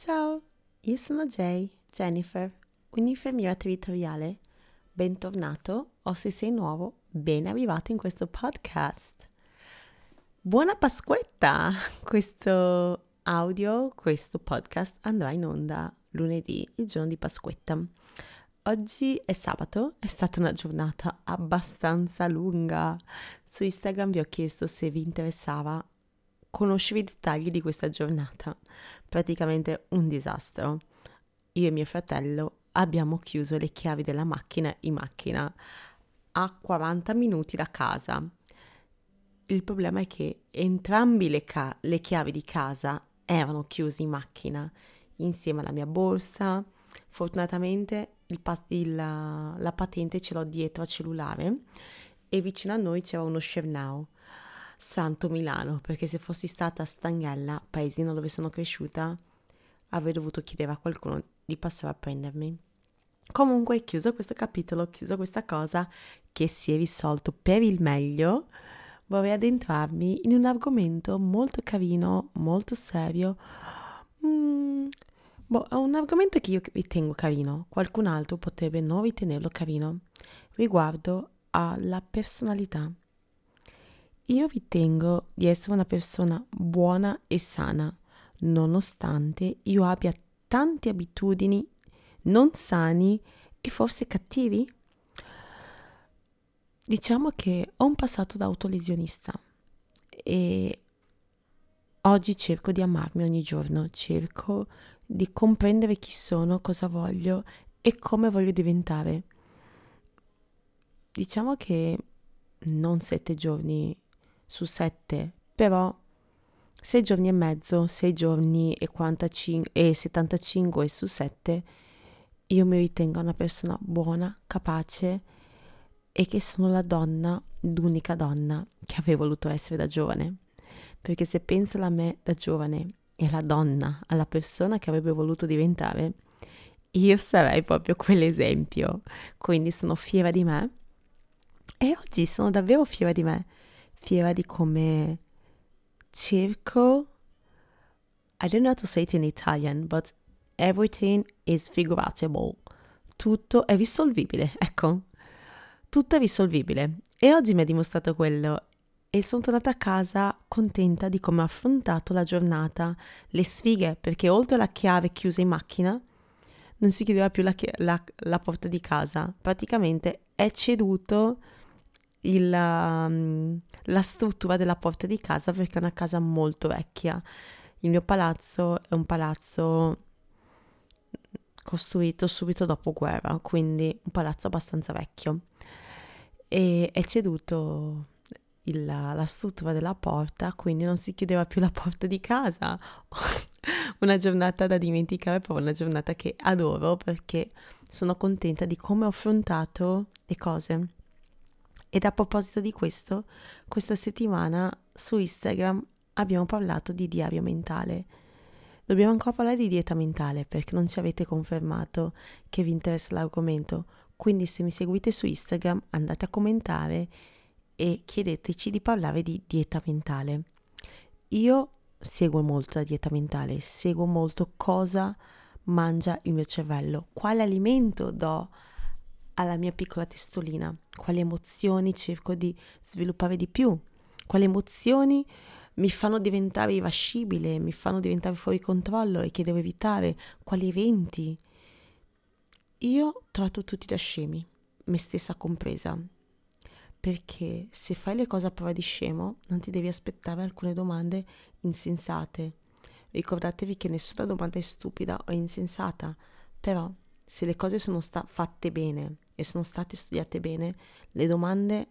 Ciao, io sono Jennifer, un'infermiera territoriale. Bentornato o se sei nuovo, ben arrivato in questo podcast. Buona Pasquetta! Questo podcast andrà in onda lunedì, il giorno di Pasquetta. Oggi è sabato, è stata una giornata abbastanza lunga. Su Instagram vi ho chiesto se vi interessava conoscere i dettagli di questa giornata. Praticamente un disastro. Io e mio fratello abbiamo chiuso le chiavi della macchina in macchina a 40 minuti da casa. Il problema è che entrambi le chiavi di casa erano chiuse in macchina insieme alla mia borsa. Fortunatamente la patente ce l'ho dietro al cellulare e vicino a noi c'era uno Scernau. Santo Milano, perché se fossi stata a Stanghella, paesino dove sono cresciuta, avrei dovuto chiedere a qualcuno di passare a prendermi. Comunque, chiuso questo capitolo, chiuso questa cosa che si è risolto per il meglio, vorrei addentrarmi in un argomento molto carino, molto serio. È un argomento che io ritengo carino, qualcun altro potrebbe non ritenerlo carino, riguardo alla personalità. Io ritengo di essere una persona buona e sana, nonostante io abbia tante abitudini non sani e forse cattivi. Diciamo che ho un passato da autolesionista e oggi cerco di amarmi ogni giorno, cerco di comprendere chi sono, cosa voglio e come voglio diventare. Diciamo che non 7 giorni su 7, però 6 giorni e mezzo, 6 giorni e 45 e 75 su 7, io mi ritengo una persona buona, capace e che sono l'unica donna che avrei voluto essere da giovane. Perché se penso alla me da giovane e alla donna, alla persona che avrebbe voluto diventare, io sarei proprio quell'esempio. Quindi sono fiera di me e oggi sono davvero fiera di me, fiera di come cerco. I don't know how to say it in Italian, but everything is figuratable. Tutto è risolvibile, ecco. Tutto è risolvibile. E oggi mi ha dimostrato quello. E sono tornata a casa contenta di come ho affrontato la giornata, le sfighe, perché oltre alla chiave chiusa in macchina, non si chiudeva più la porta di casa. Praticamente è ceduto la struttura della porta di casa perché è una casa molto vecchia. Il mio palazzo è un palazzo costruito subito dopo guerra, quindi un palazzo abbastanza vecchio. E è ceduto la struttura della porta, quindi non si chiudeva più la porta di casa. Una giornata da dimenticare, però una giornata che adoro perché sono contenta di come ho affrontato le cose. Ed a proposito di questo, questa settimana su Instagram abbiamo parlato di diario mentale. Dobbiamo ancora parlare di dieta mentale perché non ci avete confermato che vi interessa l'argomento. Quindi se mi seguite su Instagram andate a commentare e chiedeteci di parlare di dieta mentale. Io seguo molto la dieta mentale, seguo molto cosa mangia il mio cervello, quale alimento do alla mia piccola testolina, quali emozioni cerco di sviluppare di più, quali emozioni mi fanno diventare irascibile, mi fanno diventare fuori controllo e che devo evitare, quali eventi. Io tratto tutti da scemi, me stessa compresa, perché se fai le cose a prova di scemo non ti devi aspettare alcune domande insensate. Ricordatevi che nessuna domanda è stupida o insensata, però se le cose sono fatte bene e sono state studiate bene, le domande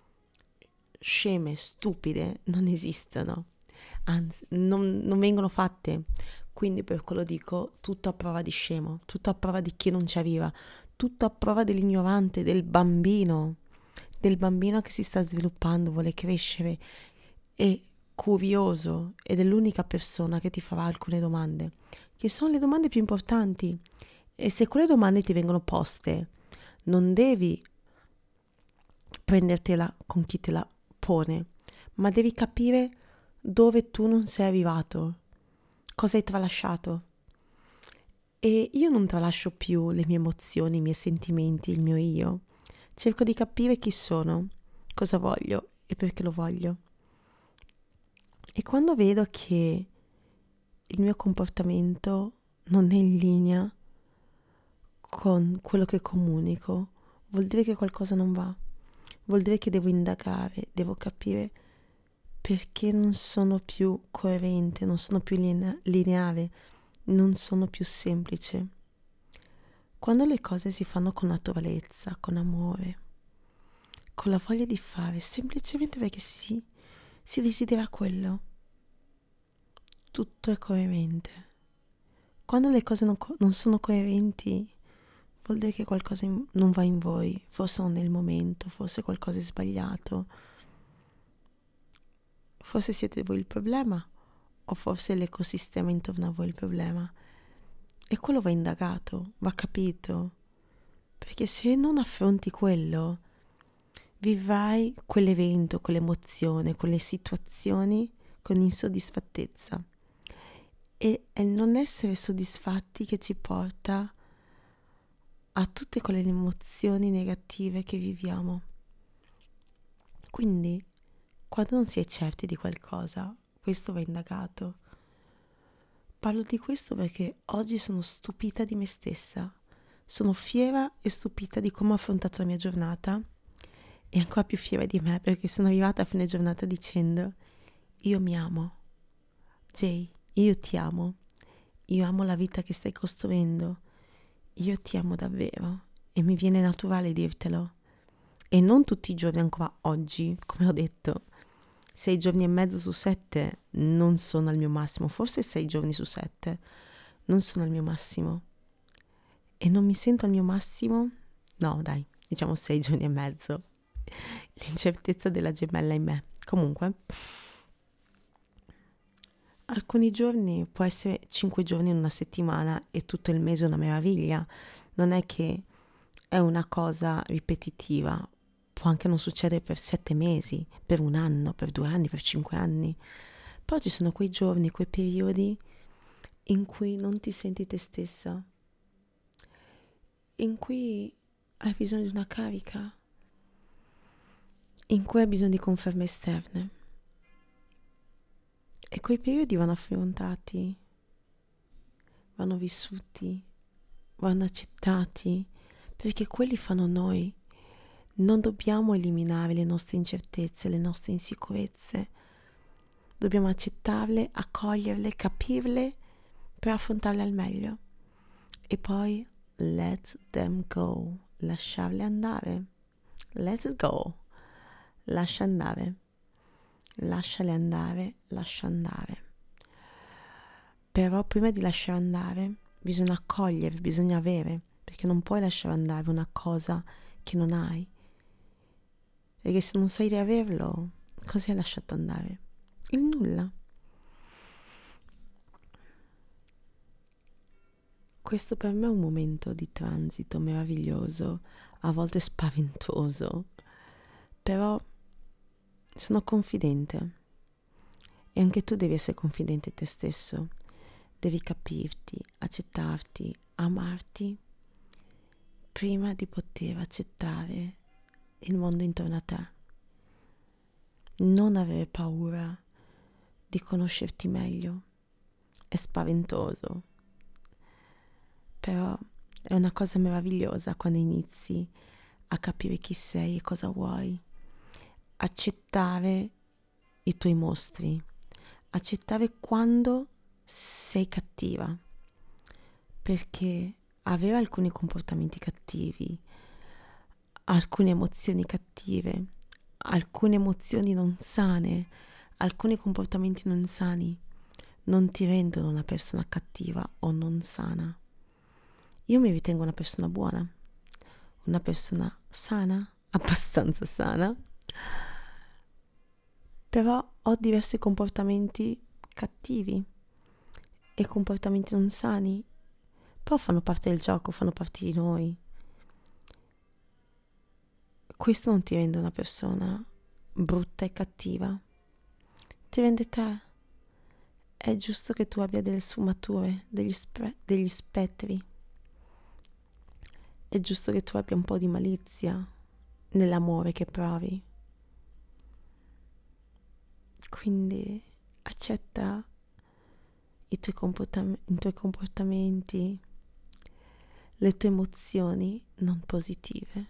sceme, stupide, non esistono, anzi non vengono fatte. Quindi per quello dico tutto a prova di scemo, tutto a prova di chi non ci arriva, tutto a prova dell'ignorante, del bambino che si sta sviluppando, vuole crescere, è curioso ed è l'unica persona che ti farà alcune domande, che sono le domande più importanti. E se quelle domande ti vengono poste, non devi prendertela con chi te la pone, ma devi capire dove tu non sei arrivato, cosa hai tralasciato. E io non tralascio più le mie emozioni, i miei sentimenti, il mio io. Cerco di capire chi sono, cosa voglio e perché lo voglio. E quando vedo che il mio comportamento non è in linea con quello che comunico, vuol dire che qualcosa non va. Vuol dire che devo indagare, devo capire perché non sono più coerente, non sono più lineare, non sono più semplice. Quando le cose si fanno con naturalezza, con amore, con la voglia di fare, semplicemente perché si desidera quello, tutto è coerente. Quando le cose non sono coerenti, vuol dire che qualcosa non va in voi, forse non è il momento, forse qualcosa è sbagliato, forse siete voi il problema, o forse è l'ecosistema intorno a voi il problema. E quello va indagato, va capito, perché se non affronti quello, vivrai quell'evento, quell'emozione, quelle situazioni con insoddisfattezza. E è il non essere soddisfatti che ci porta a tutte quelle emozioni negative che viviamo. Quindi, quando non si è certi di qualcosa, questo va indagato. Parlo di questo perché oggi sono stupita di me stessa. Sono fiera e stupita di come ho affrontato la mia giornata e ancora più fiera di me perché sono arrivata a fine giornata dicendo: io mi amo. Jay, io ti amo. Io amo la vita che stai costruendo. Io ti amo davvero e mi viene naturale dirtelo. E non tutti i giorni, ancora oggi, come ho detto. 6 giorni e mezzo su 7 non sono al mio massimo, forse 6 giorni su 7 non sono al mio massimo. E non mi sento al mio massimo? No, dai, diciamo 6 giorni e mezzo. L'incertezza della gemella in me. Comunque, alcuni giorni può essere 5 giorni in una settimana e tutto il mese è una meraviglia. Non è che è una cosa ripetitiva. Può anche non succedere per 7 mesi, per un anno, per 2 anni, per 5 anni. Poi ci sono quei giorni, quei periodi in cui non ti senti te stessa, in cui hai bisogno di una carica, in cui hai bisogno di conferme esterne. E quei periodi vanno affrontati, vanno vissuti, vanno accettati, perché quelli fanno noi. Non dobbiamo eliminare le nostre incertezze, le nostre insicurezze. Dobbiamo accettarle, accoglierle, capirle per affrontarle al meglio. E poi let them go, lasciarle andare. Let it go, lascia andare, lasciale andare, lascia andare. Però prima di lasciare andare bisogna accogliere, bisogna avere, perché non puoi lasciare andare una cosa che non hai. Perché se non sai di averlo, cosa hai lasciato andare? Il nulla. Questo per me è un momento di transito meraviglioso, a volte spaventoso, però sono confidente e anche tu devi essere confidente in te stesso, devi capirti, accettarti, amarti prima di poter accettare il mondo intorno a te. Non avere paura di conoscerti meglio, è spaventoso, però è una cosa meravigliosa quando inizi a capire chi sei e cosa vuoi, accettare i tuoi mostri, accettare quando sei cattiva, perché avere alcuni comportamenti cattivi, alcune emozioni cattive, alcune emozioni non sane, alcuni comportamenti non sani, non ti rendono una persona cattiva o non sana. Io mi ritengo una persona buona, una persona sana, abbastanza sana, però ho diversi comportamenti cattivi e comportamenti non sani, però fanno parte del gioco, fanno parte di noi. Questo non ti rende una persona brutta e cattiva, ti rende te È giusto che tu abbia delle sfumature, degli spettri. È giusto che tu abbia un po' di malizia nell'amore che provi. Quindi accetta i tuoi comportamenti, le tue emozioni non positive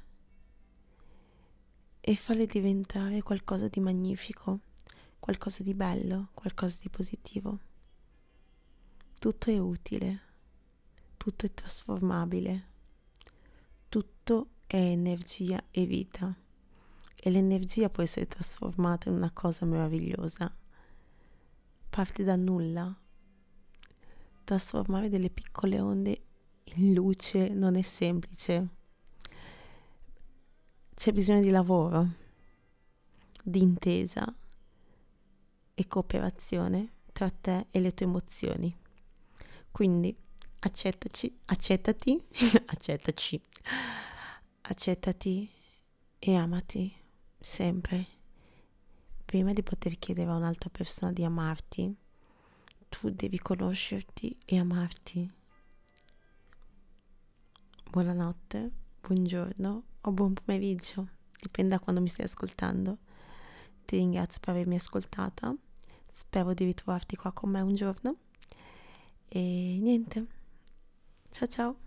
e farle diventare qualcosa di magnifico, qualcosa di bello, qualcosa di positivo. Tutto è utile, tutto è trasformabile, tutto è energia e vita e l'energia può essere trasformata in una cosa meravigliosa. Parte da nulla. Trasformare delle piccole onde in luce non è semplice. C'è bisogno di lavoro, di intesa e cooperazione tra te e le tue emozioni. Quindi accettati, accettaci, accettati e amati sempre. Prima di poter chiedere a un'altra persona di amarti, tu devi conoscerti e amarti. Buonanotte, buongiorno o buon pomeriggio, dipende da quando mi stai ascoltando. Ti ringrazio per avermi ascoltata, spero di ritrovarti qua con me un giorno e niente, ciao ciao!